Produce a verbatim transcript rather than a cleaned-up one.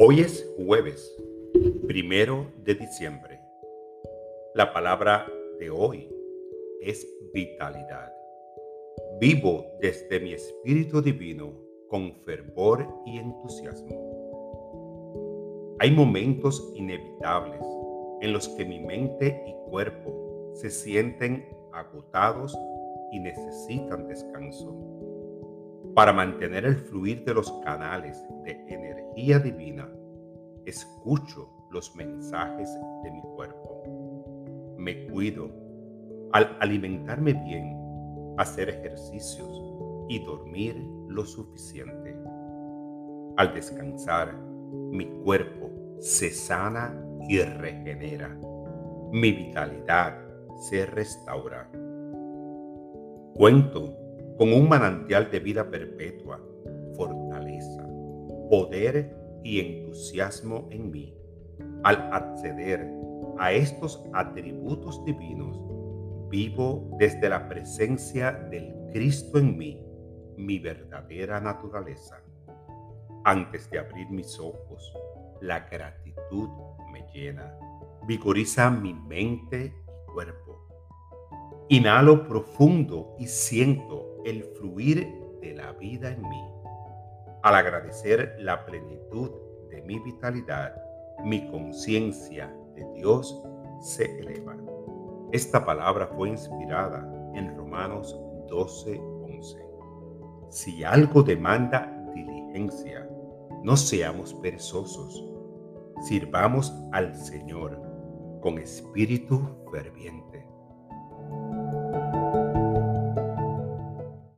Hoy es jueves, primero de diciembre. La palabra de hoy es vitalidad. Vivo desde mi espíritu divino con fervor y entusiasmo. Hay momentos inevitables en los que mi mente y cuerpo se sienten agotados y necesitan descanso. Para mantener el fluir de los canales de energía divina, escucho los mensajes de mi cuerpo. Me cuido al alimentarme bien, hacer ejercicios y dormir lo suficiente. Al descansar, mi cuerpo se sana y regenera. Mi vitalidad se restaura. Cuento con un manantial de vida perpetua, fortaleza, poder y entusiasmo en mí. Al acceder a estos atributos divinos, vivo desde la presencia del Cristo en mí, mi verdadera naturaleza. Antes de abrir mis ojos, la gratitud me llena, vigoriza mi mente y cuerpo. Inhalo profundo y siento el fluir de la vida en mí. Al agradecer la plenitud de mi vitalidad, mi conciencia de Dios se eleva. Esta palabra fue inspirada en Romanos doce once. Si algo demanda diligencia, no seamos perezosos. Sirvamos al Señor con espíritu ferviente.